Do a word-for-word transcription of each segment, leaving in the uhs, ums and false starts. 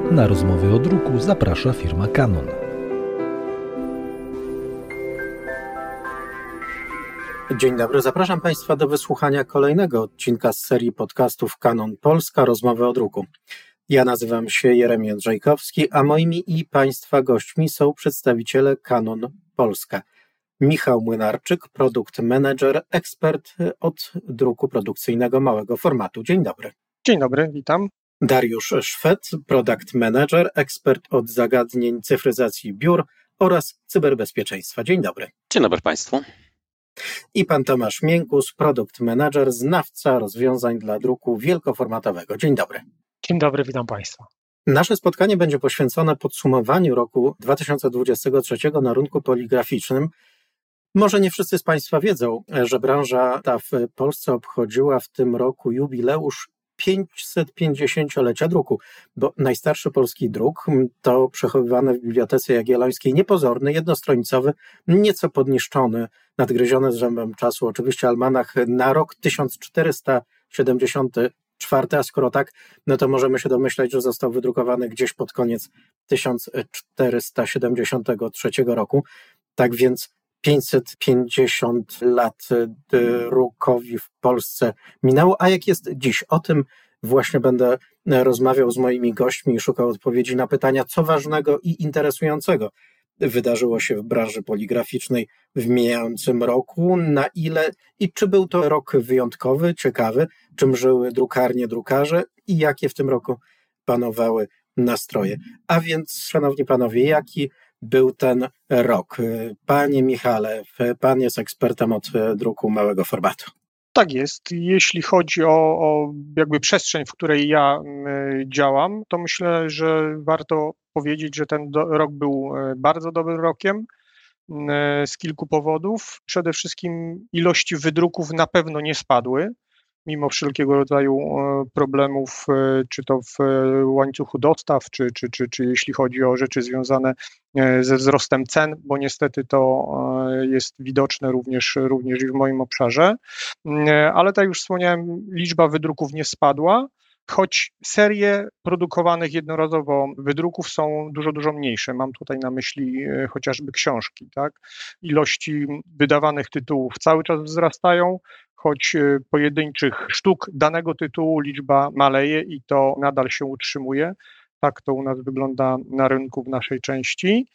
Na rozmowy o druku zaprasza firma Canon. Dzień dobry, zapraszam Państwa do wysłuchania kolejnego odcinka z serii podcastów Canon Polska, rozmowy o druku. Ja nazywam się Jeremy Jędrzejkowski, a moimi i Państwa gośćmi są przedstawiciele Canon Polska. Michał Młynarczyk, produkt manager, ekspert od druku produkcyjnego małego formatu. Dzień dobry. Dzień dobry, witam. Dariusz Szwed, product manager, ekspert od zagadnień cyfryzacji biur oraz cyberbezpieczeństwa. Dzień dobry. Dzień dobry Państwu. I pan Tomasz Miękus, product manager, znawca rozwiązań dla druku wielkoformatowego. Dzień dobry. Dzień dobry, witam Państwa. Nasze spotkanie będzie poświęcone podsumowaniu roku dwa tysiące dwudziestego trzeciego na rynku poligraficznym. Może nie wszyscy z Państwa wiedzą, że branża ta w Polsce obchodziła w tym roku jubileusz pięćsetpięćdziesięciolecia druku, bo najstarszy polski druk to przechowywany w Bibliotece Jagiellońskiej niepozorny, jednostronicowy, nieco podniszczony, nadgryziony zębem czasu, oczywiście almanach na rok tysiąc czterysta siedemdziesiąty czwarty, a skoro tak, no to możemy się domyślać, że został wydrukowany gdzieś pod koniec tysiąc czterysta siedemdziesiątego trzeciego roku. Tak więc pięćset pięćdziesiąt lat drukowi w Polsce minęło, a jak jest dziś? O tym właśnie będę rozmawiał z moimi gośćmi i szukał odpowiedzi na pytania, co ważnego i interesującego wydarzyło się w branży poligraficznej w mijającym roku, na ile i czy był to rok wyjątkowy, ciekawy, czym żyły drukarnie, drukarze i jakie w tym roku panowały nastroje. A więc, szanowni panowie, jaki był ten rok? Panie Michale, pan jest ekspertem od druku małego formatu. Tak jest. Jeśli chodzi o, o jakby przestrzeń, w której ja y, działam, to myślę, że warto powiedzieć, że ten do, rok był bardzo dobrym rokiem y, z kilku powodów. Przede wszystkim ilości wydruków na pewno nie spadły, mimo wszelkiego rodzaju problemów, czy to w łańcuchu dostaw, czy, czy, czy, czy jeśli chodzi o rzeczy związane ze wzrostem cen, bo niestety to jest widoczne również, również i w moim obszarze. Ale tak jak już wspomniałem, liczba wydruków nie spadła, choć serie produkowanych jednorazowo wydruków są dużo, dużo mniejsze. Mam tutaj na myśli chociażby książki, tak? Ilości wydawanych tytułów cały czas wzrastają, choć pojedynczych sztuk danego tytułu liczba maleje i to nadal się utrzymuje. Tak to u nas wygląda na rynku w naszej części,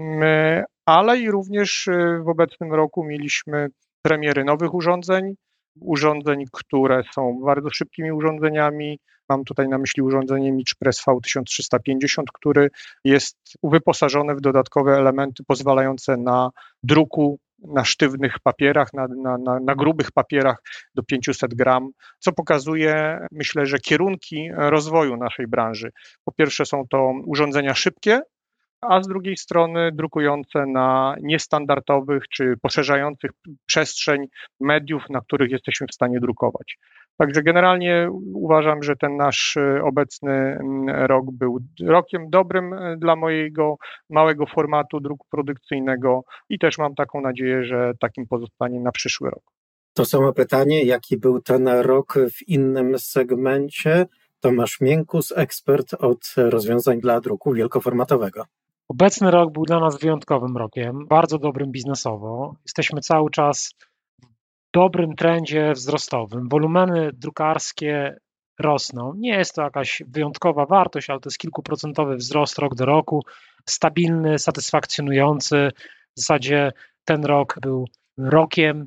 ale i również w obecnym roku mieliśmy premiery nowych urządzeń, urządzeń, które są bardzo szybkimi urządzeniami. Mam tutaj na myśli urządzenie Miczpress V tysiąc trzysta pięćdziesiąt, który jest wyposażony w dodatkowe elementy pozwalające na druku na sztywnych papierach, na, na, na, na grubych papierach do pięćset gram, co pokazuje, myślę, że kierunki rozwoju naszej branży. Po pierwsze są to urządzenia szybkie, a z drugiej strony drukujące na niestandardowych czy poszerzających przestrzeń mediów, na których jesteśmy w stanie drukować. Także generalnie uważam, że ten nasz obecny rok był rokiem dobrym dla mojego małego formatu druku produkcyjnego i też mam taką nadzieję, że takim pozostanie na przyszły rok. To samo pytanie, jaki był ten rok w innym segmencie? Tomasz Miękus, ekspert od rozwiązań dla druku wielkoformatowego. Obecny rok był dla nas wyjątkowym rokiem, bardzo dobrym biznesowo. Jesteśmy cały czas w dobrym trendzie wzrostowym. Wolumeny drukarskie rosną. Nie jest to jakaś wyjątkowa wartość, ale to jest kilkuprocentowy wzrost rok do roku, stabilny, satysfakcjonujący. W zasadzie ten rok był rokiem,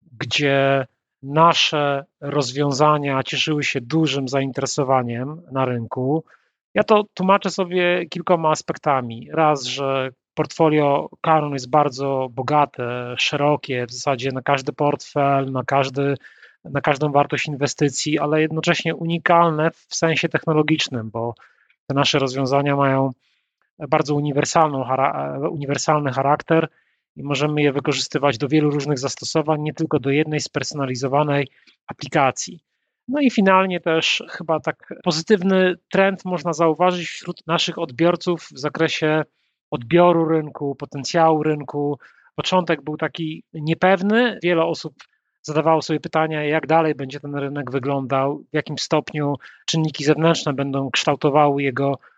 gdzie nasze rozwiązania cieszyły się dużym zainteresowaniem na rynku. Ja to tłumaczę sobie kilkoma aspektami. Raz, że portfolio Canon jest bardzo bogate, szerokie, w zasadzie na każdy portfel, na, każdy, na każdą wartość inwestycji, ale jednocześnie unikalne w sensie technologicznym, bo te nasze rozwiązania mają bardzo uniwersalną, uniwersalny charakter i możemy je wykorzystywać do wielu różnych zastosowań, nie tylko do jednej spersonalizowanej aplikacji. No i finalnie też chyba tak pozytywny trend można zauważyć wśród naszych odbiorców w zakresie odbioru rynku, potencjału rynku. Początek był taki niepewny, wiele osób zadawało sobie pytania, jak dalej będzie ten rynek wyglądał, w jakim stopniu czynniki zewnętrzne będą kształtowały jego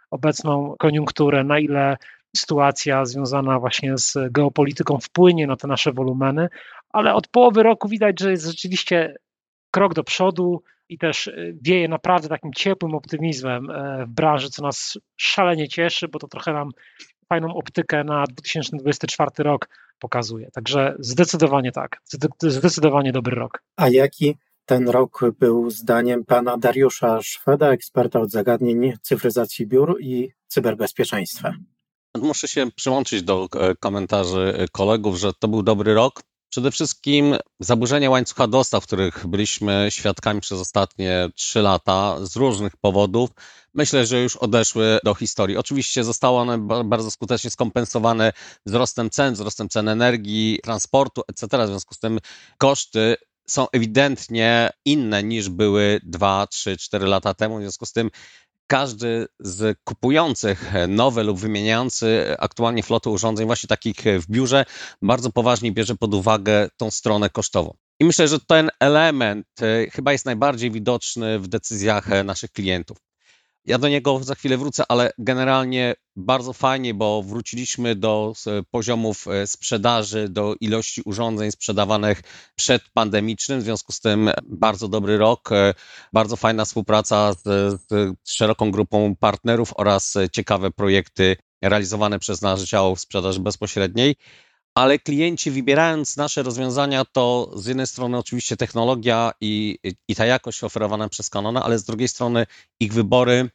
obecną koniunkturę, na ile sytuacja związana właśnie z geopolityką wpłynie na te nasze wolumeny, ale od połowy roku widać, że jest rzeczywiście krok do przodu i też wieje naprawdę takim ciepłym optymizmem w branży, co nas szalenie cieszy, bo to trochę nam fajną optykę na dwa tysiące dwudziesty czwarty rok pokazuje. Także zdecydowanie tak, zdecydowanie dobry rok. A jaki ten rok był zdaniem pana Dariusza Szweda, eksperta od zagadnień cyfryzacji biur i cyberbezpieczeństwa? Muszę się przyłączyć do komentarzy kolegów, że to był dobry rok. Przede wszystkim zaburzenia łańcucha dostaw, których byliśmy świadkami przez ostatnie trzy lata z różnych powodów, myślę, że już odeszły do historii. Oczywiście zostały one bardzo skutecznie skompensowane wzrostem cen, wzrostem cen energii, transportu, et cetera. W związku z tym koszty są ewidentnie inne niż były dwa, trzy, cztery lata temu. W związku z tym każdy z kupujących nowe lub wymieniający aktualnie flotę urządzeń właśnie takich w biurze bardzo poważnie bierze pod uwagę tą stronę kosztową. I myślę, że ten element chyba jest najbardziej widoczny w decyzjach naszych klientów. Ja do niego za chwilę wrócę, ale generalnie bardzo fajnie, bo wróciliśmy do poziomów sprzedaży, do ilości urządzeń sprzedawanych przedpandemicznym, w związku z tym bardzo dobry rok, bardzo fajna współpraca z, z szeroką grupą partnerów oraz ciekawe projekty realizowane przez nasz dział sprzedaży bezpośredniej. Ale klienci, wybierając nasze rozwiązania, to z jednej strony oczywiście technologia i, i ta jakość oferowana przez Canona, ale z drugiej strony ich wybory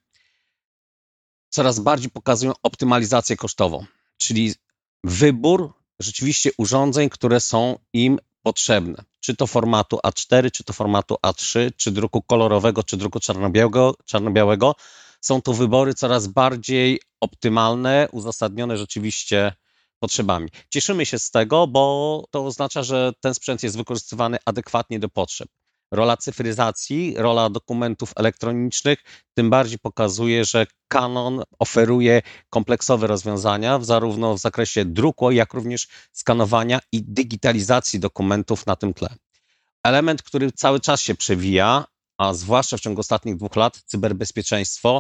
coraz bardziej pokazują optymalizację kosztową, czyli wybór rzeczywiście urządzeń, które są im potrzebne. Czy to formatu A cztery, czy to formatu A trzy, czy druku kolorowego, czy druku czarno-białego, czarno-białego. Są to wybory coraz bardziej optymalne, uzasadnione rzeczywiście potrzebami. Cieszymy się z tego, bo to oznacza, że ten sprzęt jest wykorzystywany adekwatnie do potrzeb. Rola cyfryzacji, rola dokumentów elektronicznych tym bardziej pokazuje, że Canon oferuje kompleksowe rozwiązania zarówno w zakresie druku, jak również skanowania i digitalizacji dokumentów na tym tle. Element, który cały czas się przewija, a zwłaszcza w ciągu ostatnich dwóch lat, cyberbezpieczeństwo.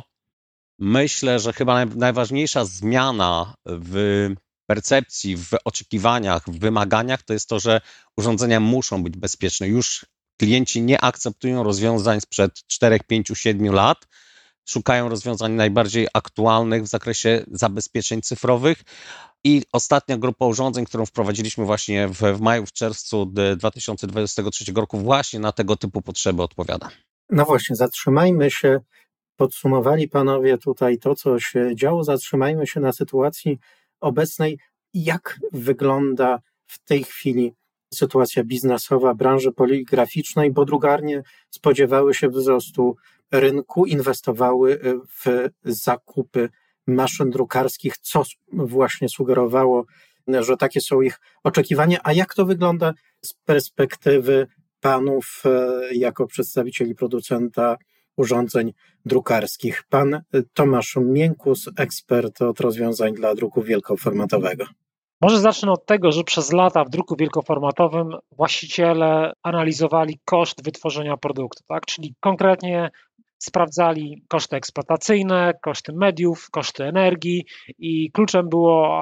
Myślę, że chyba najważniejsza zmiana w percepcji, w oczekiwaniach, w wymaganiach to jest to, że urządzenia muszą być bezpieczne. Już klienci nie akceptują rozwiązań sprzed czterech, pięciu, siedmiu lat, szukają rozwiązań najbardziej aktualnych w zakresie zabezpieczeń cyfrowych i ostatnia grupa urządzeń, którą wprowadziliśmy właśnie w, w maju, w czerwcu dwa tysiące dwudziestego trzeciego roku właśnie na tego typu potrzeby odpowiada. No właśnie, zatrzymajmy się, podsumowali panowie tutaj to, co się działo, zatrzymajmy się na sytuacji obecnej. Jak wygląda w tej chwili sytuacja biznesowa branży poligraficznej, bo drukarnie spodziewały się wzrostu rynku, inwestowały w zakupy maszyn drukarskich, co właśnie sugerowało, że takie są ich oczekiwania. A jak to wygląda z perspektywy panów jako przedstawicieli producenta urządzeń drukarskich? Pan Tomasz Miękus, ekspert od rozwiązań dla druku wielkoformatowego. Może zacznę od tego, że przez lata w druku wielkoformatowym właściciele analizowali koszt wytworzenia produktu, tak? Czyli konkretnie sprawdzali koszty eksploatacyjne, koszty mediów, koszty energii i kluczem było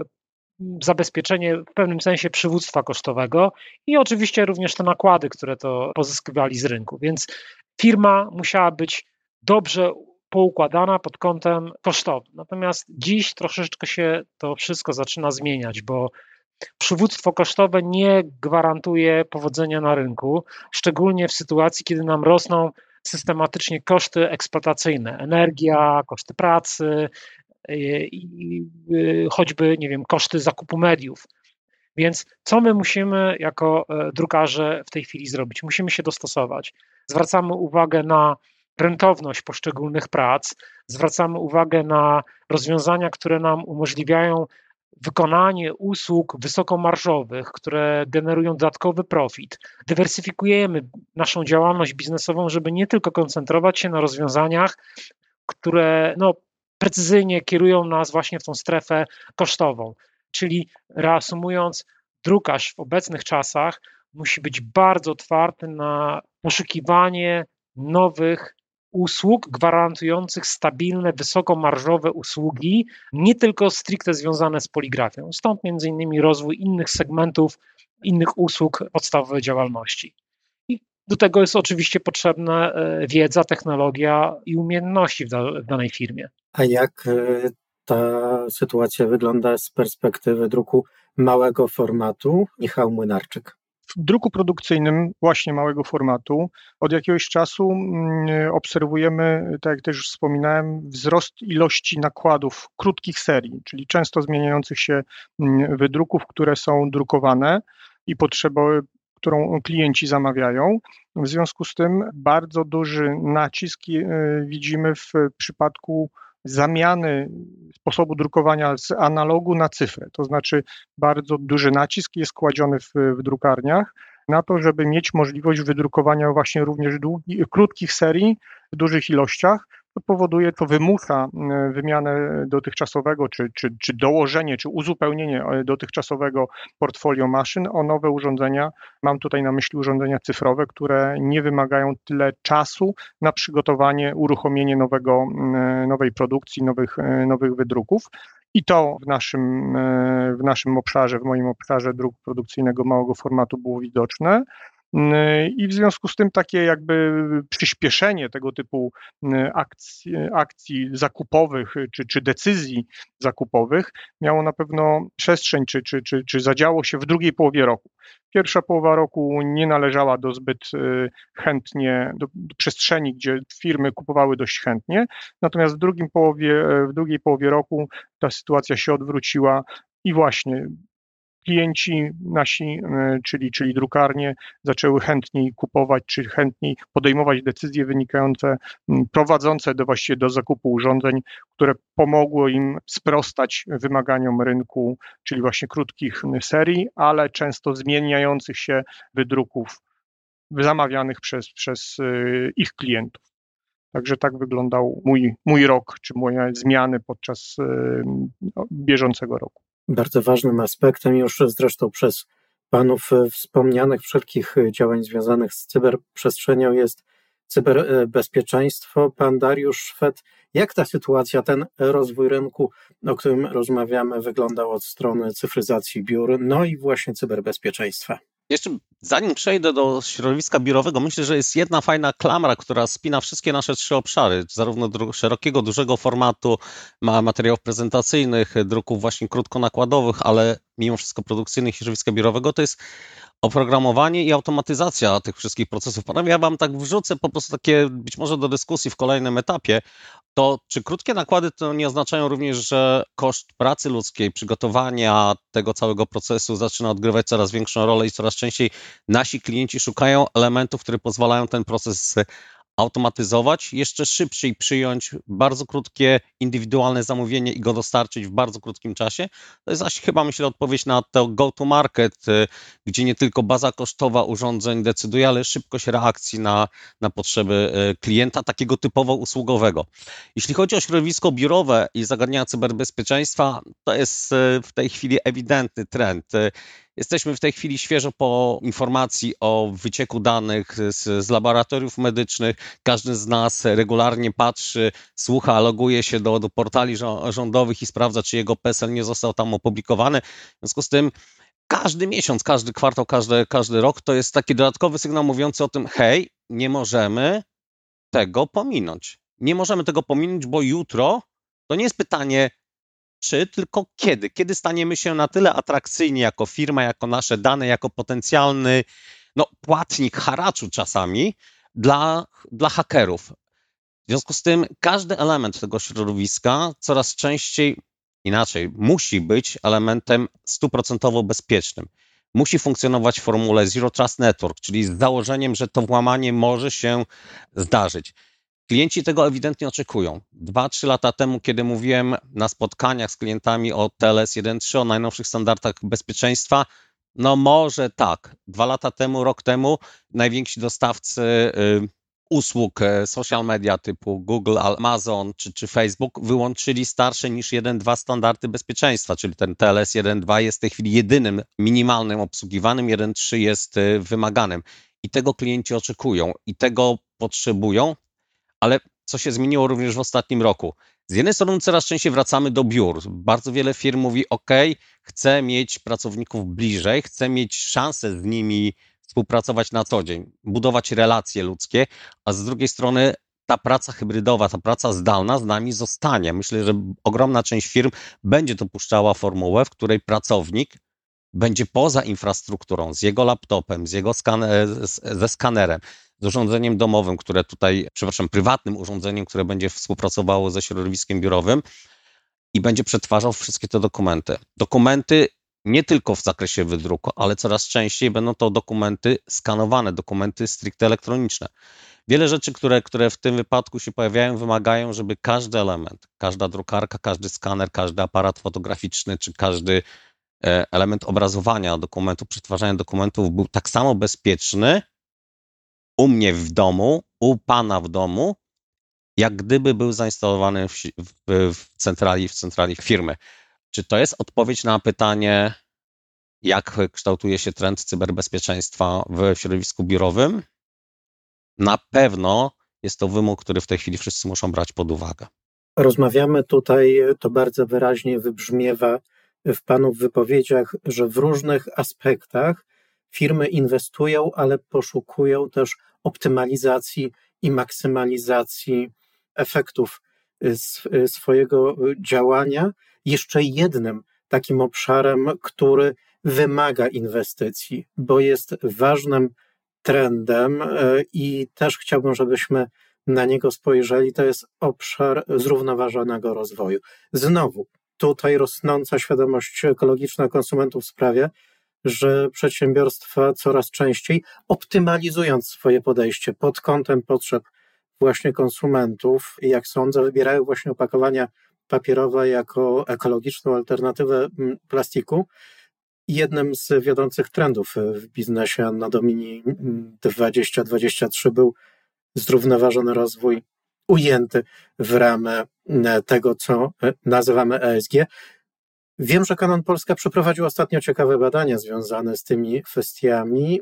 zabezpieczenie w pewnym sensie przywództwa kosztowego i oczywiście również te nakłady, które to pozyskiwali z rynku. Więc firma musiała być dobrze poukładana pod kątem kosztowym. Natomiast dziś troszeczkę się to wszystko zaczyna zmieniać, bo przywództwo kosztowe nie gwarantuje powodzenia na rynku, szczególnie w sytuacji, kiedy nam rosną systematycznie koszty eksploatacyjne, energia, koszty pracy i choćby, nie wiem, koszty zakupu mediów. Więc co my musimy jako drukarze w tej chwili zrobić? Musimy się dostosować. Zwracamy uwagę na rentowność poszczególnych prac, zwracamy uwagę na rozwiązania, które nam umożliwiają wykonanie usług wysokomarżowych, które generują dodatkowy profit. Dywersyfikujemy naszą działalność biznesową, żeby nie tylko koncentrować się na rozwiązaniach, które no, precyzyjnie kierują nas właśnie w tą strefę kosztową. Czyli reasumując, drukarz w obecnych czasach musi być bardzo otwarty na poszukiwanie nowych usług gwarantujących stabilne, wysokomarżowe usługi, nie tylko stricte związane z poligrafią. Stąd między innymi rozwój innych segmentów, innych usług podstawowej działalności. I do tego jest oczywiście potrzebna wiedza, technologia i umiejętności w, da, w danej firmie. A jak ta sytuacja wygląda z perspektywy druku małego formatu? Michał Młynarczyk. W druku produkcyjnym właśnie małego formatu od jakiegoś czasu obserwujemy, tak jak też już wspominałem, wzrost ilości nakładów krótkich serii, czyli często zmieniających się wydruków, które są drukowane i potrzeby, którą klienci zamawiają. W związku z tym bardzo duży nacisk widzimy w przypadku zamiany sposobu drukowania z analogu na cyfrę. To znaczy bardzo duży nacisk jest kładziony w, w drukarniach na to, żeby mieć możliwość wydrukowania właśnie również długich, krótkich serii w dużych ilościach. To powoduje, to wymusza wymianę dotychczasowego, czy, czy, czy dołożenie, czy uzupełnienie dotychczasowego portfolio maszyn o nowe urządzenia. Mam tutaj na myśli urządzenia cyfrowe, które nie wymagają tyle czasu na przygotowanie, uruchomienie nowego, nowej produkcji, nowych, nowych wydruków. I to w naszym, w naszym obszarze, w moim obszarze druku produkcyjnego małego formatu było widoczne. I w związku z tym takie jakby przyspieszenie tego typu akcji, akcji zakupowych czy, czy decyzji zakupowych miało na pewno przestrzeń, czy, czy, czy, czy zadziało się w drugiej połowie roku. Pierwsza połowa roku nie należała do zbyt chętnie, do, do przestrzeni, gdzie firmy kupowały dość chętnie, natomiast w, drugim połowie, w drugiej połowie roku ta sytuacja się odwróciła i właśnie klienci nasi, czyli, czyli drukarnie, zaczęły chętniej kupować, czy chętniej podejmować decyzje wynikające, prowadzące do właściwie do zakupu urządzeń, które pomogły im sprostać wymaganiom rynku, czyli właśnie krótkich serii, ale często zmieniających się wydruków zamawianych przez, przez ich klientów. Także tak wyglądał mój, mój rok, czy moje zmiany podczas bieżącego roku. Bardzo ważnym aspektem, już zresztą przez panów wspomnianych wszelkich działań związanych z cyberprzestrzenią, jest cyberbezpieczeństwo. Pan Dariusz Szwed, jak ta sytuacja, ten rozwój rynku, o którym rozmawiamy, wyglądał od strony cyfryzacji biur, no i właśnie cyberbezpieczeństwa? Jeszcze zanim przejdę do środowiska biurowego, myślę, że jest jedna fajna klamra, która spina wszystkie nasze trzy obszary, zarówno szerokiego, dużego formatu, materiałów prezentacyjnych, druków właśnie krótkonakładowych, ale mimo wszystko produkcyjnych i środowiska biurowego, to jest oprogramowanie i automatyzacja tych wszystkich procesów. Panowie, ja wam tak wrzucę po prostu takie, być może do dyskusji w kolejnym etapie, to czy krótkie nakłady to nie oznaczają również, że koszt pracy ludzkiej, przygotowania tego całego procesu zaczyna odgrywać coraz większą rolę i coraz częściej nasi klienci szukają elementów, które pozwalają ten proces automatyzować, jeszcze szybciej przyjąć bardzo krótkie, indywidualne zamówienie i go dostarczyć w bardzo krótkim czasie. To jest zaś chyba, myślę, odpowiedź na to go-to-market, gdzie nie tylko baza kosztowa urządzeń decyduje, ale szybkość reakcji na, na potrzeby klienta, takiego typowo usługowego. Jeśli chodzi o środowisko biurowe i zagadnienia cyberbezpieczeństwa, to jest w tej chwili ewidentny trend. Jesteśmy w tej chwili świeżo po informacji o wycieku danych z, z laboratoriów medycznych. Każdy z nas regularnie patrzy, słucha, loguje się do, do portali rządowych i sprawdza, czy jego P E S E L nie został tam opublikowany. W związku z tym każdy miesiąc, każdy kwartał, każdy, każdy rok to jest taki dodatkowy sygnał mówiący o tym, hej, nie możemy tego pominąć. Nie możemy tego pominąć, bo jutro to nie jest pytanie, czy, tylko kiedy. Kiedy staniemy się na tyle atrakcyjni jako firma, jako nasze dane, jako potencjalny no, płatnik haraczu czasami dla, dla hakerów. W związku z tym każdy element tego środowiska coraz częściej, inaczej, musi być elementem stuprocentowo bezpiecznym. Musi funkcjonować w formule Zero Trust Network, czyli z założeniem, że to włamanie może się zdarzyć. Klienci tego ewidentnie oczekują. Dwa, trzy lata temu, kiedy mówiłem na spotkaniach z klientami o T L S jeden trzy, o najnowszych standardach bezpieczeństwa, no może tak. Dwa lata temu, rok temu najwięksi dostawcy y, usług social media typu Google, Amazon czy, czy Facebook wyłączyli starsze niż jeden dwa standardy bezpieczeństwa, czyli ten T L S jeden dwa jest w tej chwili jedynym minimalnym obsługiwanym, jeden trzy jest y, wymaganym. I tego klienci oczekują i tego potrzebują. Ale co się zmieniło również w ostatnim roku? Z jednej strony coraz częściej wracamy do biur. Bardzo wiele firm mówi, ok, chcę mieć pracowników bliżej, chcę mieć szansę z nimi współpracować na co dzień, budować relacje ludzkie, a z drugiej strony ta praca hybrydowa, ta praca zdalna z nami zostanie. Myślę, że ogromna część firm będzie dopuszczała formułę, w której pracownik będzie poza infrastrukturą, z jego laptopem, z jego skaner, ze skanerem, z urządzeniem domowym, które tutaj, przepraszam, prywatnym urządzeniem, które będzie współpracowało ze środowiskiem biurowym i będzie przetwarzał wszystkie te dokumenty. Dokumenty nie tylko w zakresie wydruku, ale coraz częściej będą to dokumenty skanowane, dokumenty stricte elektroniczne. Wiele rzeczy, które, które w tym wypadku się pojawiają, wymagają, żeby każdy element, każda drukarka, każdy skaner, każdy aparat fotograficzny, czy każdy element obrazowania dokumentu, przetwarzania dokumentów był tak samo bezpieczny u mnie w domu, u pana w domu, jak gdyby był zainstalowany w, w, w, centrali, w centrali firmy. Czy to jest odpowiedź na pytanie, jak kształtuje się trend cyberbezpieczeństwa w środowisku biurowym? Na pewno jest to wymóg, który w tej chwili wszyscy muszą brać pod uwagę. Rozmawiamy tutaj, to bardzo wyraźnie wybrzmiewa w Panów wypowiedziach, że w różnych aspektach firmy inwestują, ale poszukują też optymalizacji i maksymalizacji efektów swojego działania. Jeszcze jednym takim obszarem, który wymaga inwestycji, bo jest ważnym trendem i też chciałbym, żebyśmy na niego spojrzeli, to jest obszar zrównoważonego rozwoju. Znowu, tutaj rosnąca świadomość ekologiczna konsumentów sprawia, że przedsiębiorstwa coraz częściej, optymalizując swoje podejście pod kątem potrzeb właśnie konsumentów, jak sądzę, wybierają właśnie opakowania papierowe jako ekologiczną alternatywę plastiku. Jednym z wiodących trendów w biznesie Anno Domini dwadzieścia dwadzieścia trzy był zrównoważony rozwój ujęty w ramę tego, co nazywamy E S G. Wiem, że Canon Polska przeprowadził ostatnio ciekawe badania związane z tymi kwestiami.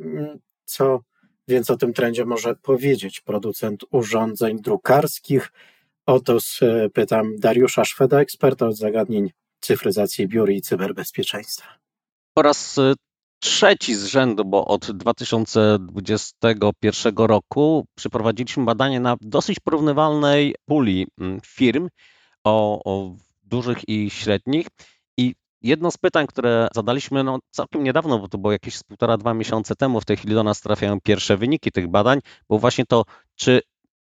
Co więc o tym trendzie może powiedzieć producent urządzeń drukarskich? Oto pytam Dariusza Szweda, eksperta od zagadnień cyfryzacji biur i cyberbezpieczeństwa. Po raz trzeci z rzędu, bo od dwa tysiące dwudziestego pierwszego roku przeprowadziliśmy badanie na dosyć porównywalnej puli firm o, o dużych i średnich. I jedno z pytań, które zadaliśmy no, całkiem niedawno, bo to było jakieś z półtora, dwa miesiące temu, w tej chwili do nas trafiają pierwsze wyniki tych badań, było właśnie to, czy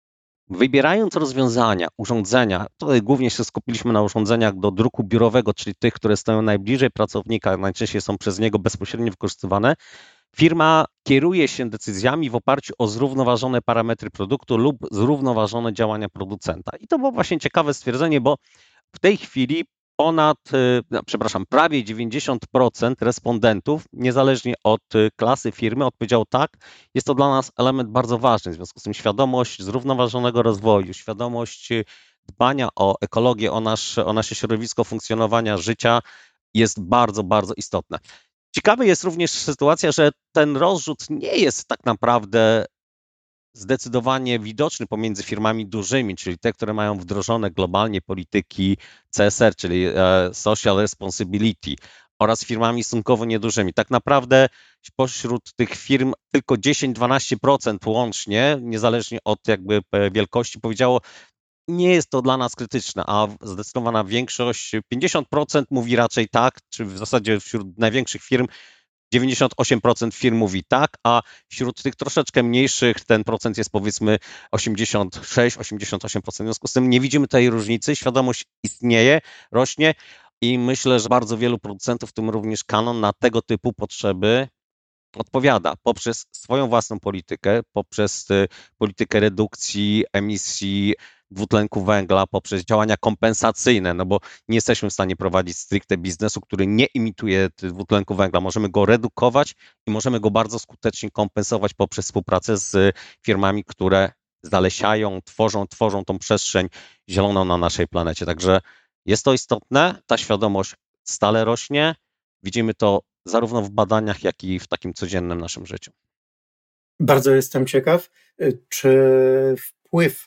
wybierając rozwiązania, urządzenia, tutaj głównie się skupiliśmy na urządzeniach do druku biurowego, czyli tych, które stoją najbliżej pracownika, najczęściej są przez niego bezpośrednio wykorzystywane, firma kieruje się decyzjami w oparciu o zrównoważone parametry produktu lub zrównoważone działania producenta. I to było właśnie ciekawe stwierdzenie, bo w tej chwili ponad, no, przepraszam, prawie dziewięćdziesiąt procent respondentów, niezależnie od klasy firmy, odpowiedział tak. Jest to dla nas element bardzo ważny, w związku z tym świadomość zrównoważonego rozwoju, świadomość dbania o ekologię, o, nasz, o nasze środowisko funkcjonowania życia jest bardzo, bardzo istotne. Ciekawa jest również sytuacja, że ten rozrzut nie jest tak naprawdę zdecydowanie widoczny pomiędzy firmami dużymi, czyli te, które mają wdrożone globalnie polityki C S R, czyli Social Responsibility, oraz firmami stosunkowo niedużymi. Tak naprawdę pośród tych firm tylko dziesięć do dwunastu procent łącznie, niezależnie od jakby wielkości, powiedziało, nie jest to dla nas krytyczne, a zdecydowana większość, pięćdziesiąt procent mówi raczej tak, czy w zasadzie wśród największych firm dziewięćdziesiąt osiem procent firm mówi tak, a wśród tych troszeczkę mniejszych ten procent jest powiedzmy osiemdziesiąt sześć do osiemdziesięciu ośmiu procent. W związku z tym nie widzimy tej różnicy, świadomość istnieje, rośnie i myślę, że bardzo wielu producentów, w tym również Canon, na tego typu potrzeby odpowiada poprzez swoją własną politykę, poprzez politykę redukcji emisji dwutlenku węgla, poprzez działania kompensacyjne, no bo nie jesteśmy w stanie prowadzić stricte biznesu, który nie imituje dwutlenku węgla. Możemy go redukować i możemy go bardzo skutecznie kompensować poprzez współpracę z firmami, które zalesiają, tworzą, tworzą tą przestrzeń zieloną na naszej planecie. Także jest to istotne, ta świadomość stale rośnie. Widzimy to zarówno w badaniach, jak i w takim codziennym naszym życiu. Bardzo jestem ciekaw, czy wpływ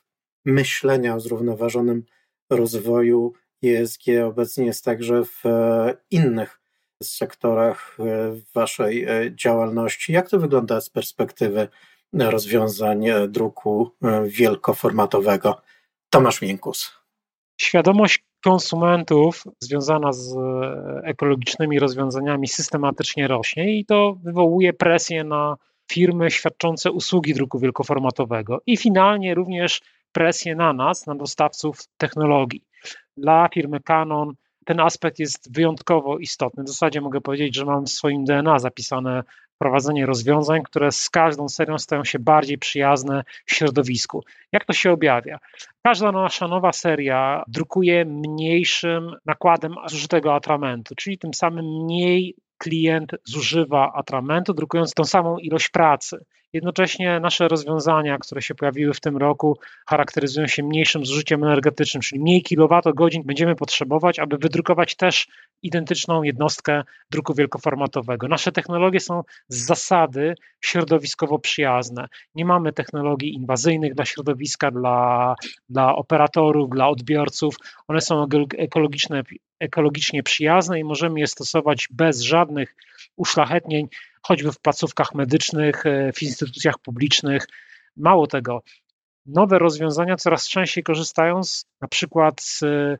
myślenia o zrównoważonym rozwoju E S G obecnie jest także w innych sektorach waszej działalności. Jak to wygląda z perspektywy rozwiązań druku wielkoformatowego? Tomasz Miękus. Świadomość konsumentów związana z ekologicznymi rozwiązaniami systematycznie rośnie i to wywołuje presję na firmy świadczące usługi druku wielkoformatowego i finalnie również presję na nas, na dostawców technologii. Dla firmy Canon ten aspekt jest wyjątkowo istotny. W zasadzie mogę powiedzieć, że mam w swoim D N A zapisane wprowadzenie rozwiązań, które z każdą serią stają się bardziej przyjazne środowisku. Jak to się objawia? Każda nasza nowa seria drukuje mniejszym nakładem zużytego atramentu, czyli tym samym mniej klient zużywa atramentu, drukując tą samą ilość pracy. Jednocześnie nasze rozwiązania, które się pojawiły w tym roku, charakteryzują się mniejszym zużyciem energetycznym, czyli mniej kilowatogodzin będziemy potrzebować, aby wydrukować też identyczną jednostkę druku wielkoformatowego. Nasze technologie są z zasady środowiskowo przyjazne. Nie mamy technologii inwazyjnych dla środowiska, dla, dla operatorów, dla odbiorców. One są ekologiczne, ekologicznie przyjazne i możemy je stosować bez żadnych uszlachetnień, choćby w placówkach medycznych, w instytucjach publicznych. Mało tego, nowe rozwiązania coraz częściej korzystają z, na przykład z,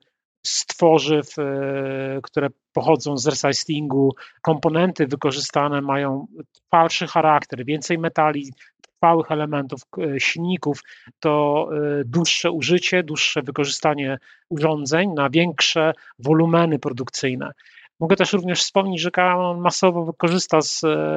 z tworzyw, które pochodzą z recyclingu. Komponenty wykorzystane mają trwalszy charakter, więcej metali, trwałych elementów, silników, to dłuższe użycie, dłuższe wykorzystanie urządzeń na większe wolumeny produkcyjne. Mogę też również wspomnieć, że Canon masowo wykorzysta z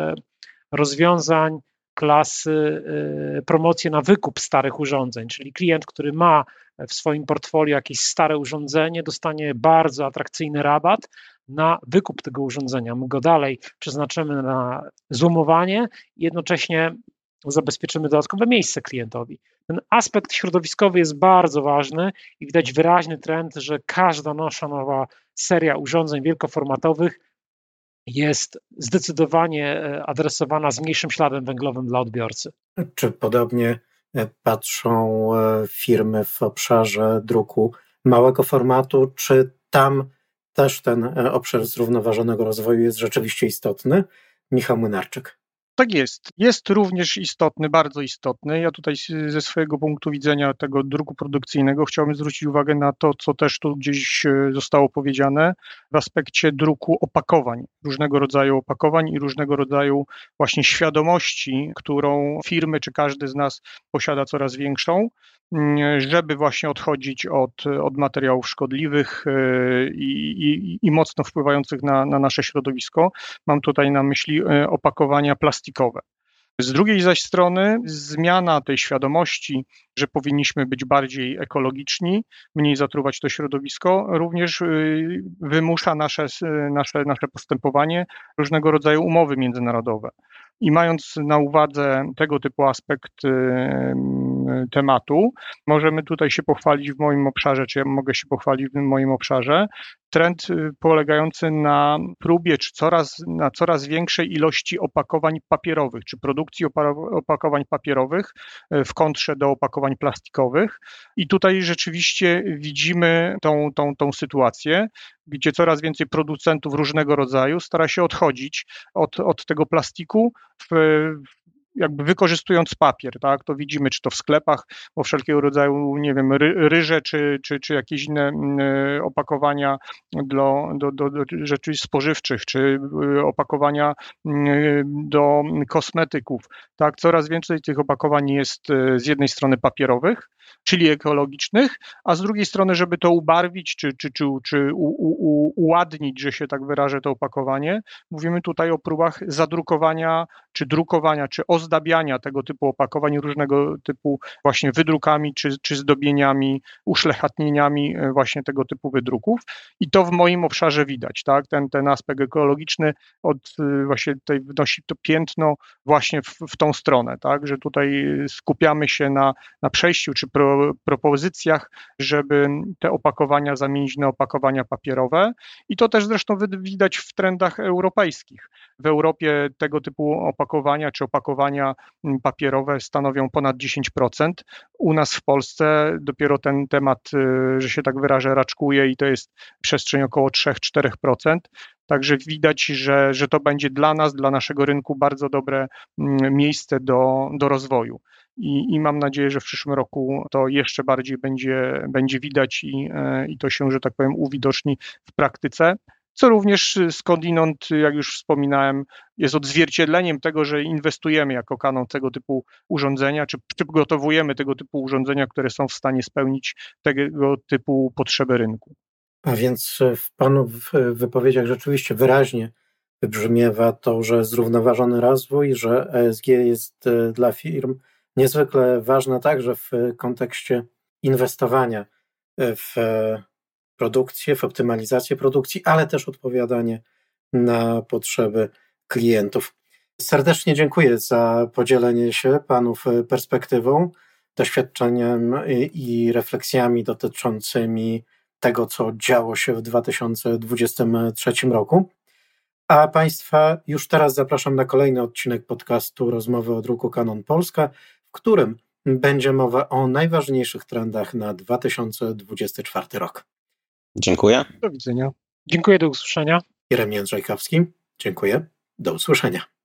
rozwiązań klasy promocje na wykup starych urządzeń, czyli klient, który ma w swoim portfolio jakieś stare urządzenie, dostanie bardzo atrakcyjny rabat na wykup tego urządzenia. My go dalej przeznaczymy na zoomowanie i jednocześnie zabezpieczymy dodatkowe miejsce klientowi. Ten aspekt środowiskowy jest bardzo ważny i widać wyraźny trend, że każda nasza nowa seria urządzeń wielkoformatowych jest zdecydowanie adresowana z mniejszym śladem węglowym dla odbiorcy. Czy podobnie patrzą firmy w obszarze druku małego formatu, czy tam też ten obszar zrównoważonego rozwoju jest rzeczywiście istotny? Michał Młynarczyk. Tak jest. Jest również istotny, bardzo istotny. Ja tutaj ze swojego punktu widzenia tego druku produkcyjnego chciałbym zwrócić uwagę na to, co też tu gdzieś zostało powiedziane w aspekcie druku opakowań, różnego rodzaju opakowań i różnego rodzaju właśnie świadomości, którą firmy czy każdy z nas posiada coraz większą, żeby właśnie odchodzić od, od materiałów szkodliwych i, i, i mocno wpływających na, na nasze środowisko. Mam tutaj na myśli opakowania plastikowe. Z drugiej zaś strony zmiana tej świadomości, że powinniśmy być bardziej ekologiczni, mniej zatruwać to środowisko, również wymusza nasze, nasze, nasze postępowanie, różnego rodzaju umowy międzynarodowe. I mając na uwadze tego typu aspekt tematu, możemy tutaj się pochwalić w moim obszarze, czy ja mogę się pochwalić w moim obszarze, trend polegający na próbie, czy coraz, na coraz większej ilości opakowań papierowych, czy produkcji opakowań papierowych w kontrze do opakowań plastikowych. I tutaj rzeczywiście widzimy tą, tą, tą sytuację, gdzie coraz więcej producentów różnego rodzaju stara się odchodzić od, od tego plastiku, w, jakby wykorzystując papier, tak, to widzimy, czy to w sklepach, bo wszelkiego rodzaju, nie wiem, ry, ryże, czy, czy, czy jakieś inne opakowania do, do, do, do rzeczy spożywczych, czy opakowania do kosmetyków, tak, coraz więcej tych opakowań jest z jednej strony papierowych, czyli ekologicznych, a z drugiej strony, żeby to ubarwić, czy, czy, czy, czy u, u, uładnić, że się tak wyrażę, to opakowanie, mówimy tutaj o próbach zadrukowania, czy drukowania, czy ozdabiania tego typu opakowań różnego typu właśnie wydrukami, czy, czy zdobieniami, uszlachetnieniami właśnie tego typu wydruków. I to w moim obszarze widać, tak? Ten, ten aspekt ekologiczny od właśnie tutaj wnosi to piętno właśnie w, w tą stronę, tak? Że tutaj skupiamy się na, na przejściu, czy pro, pro, propozycjach, żeby te opakowania zamienić na opakowania papierowe i to też zresztą widać w trendach europejskich. W Europie tego typu opakowania czy opakowania papierowe stanowią ponad dziesięć procent. U nas w Polsce dopiero ten temat, że się tak wyrażę, raczkuje i to jest przestrzeń około trzy do czterech procent. Także widać, że, że to będzie dla nas, dla naszego rynku bardzo dobre miejsce do, do rozwoju. I, I mam nadzieję, że w przyszłym roku to jeszcze bardziej będzie, będzie widać i, i to się, że tak powiem, uwidoczni w praktyce, co również skądinąd, jak już wspominałem, jest odzwierciedleniem tego, że inwestujemy jako Canon tego typu urządzenia, czy przygotowujemy tego typu urządzenia, które są w stanie spełnić tego typu potrzeby rynku. A więc w Panu wypowiedziach rzeczywiście wyraźnie wybrzmiewa to, że zrównoważony rozwój, że E S G jest dla firm niezwykle ważne także w kontekście inwestowania w produkcję, w optymalizację produkcji, ale też odpowiadanie na potrzeby klientów. Serdecznie dziękuję za podzielenie się Panów perspektywą, doświadczeniem i refleksjami dotyczącymi tego, co działo się w dwa tysiące dwudziestym trzecim roku. A Państwa już teraz zapraszam na kolejny odcinek podcastu Rozmowy o druku Canon Polska, w którym będzie mowa o najważniejszych trendach na dwa tysiące dwudziesty czwarty rok. Dziękuję. Do widzenia. Dziękuję, do usłyszenia. Jeremian Jędrzejkowski, dziękuję. Do usłyszenia.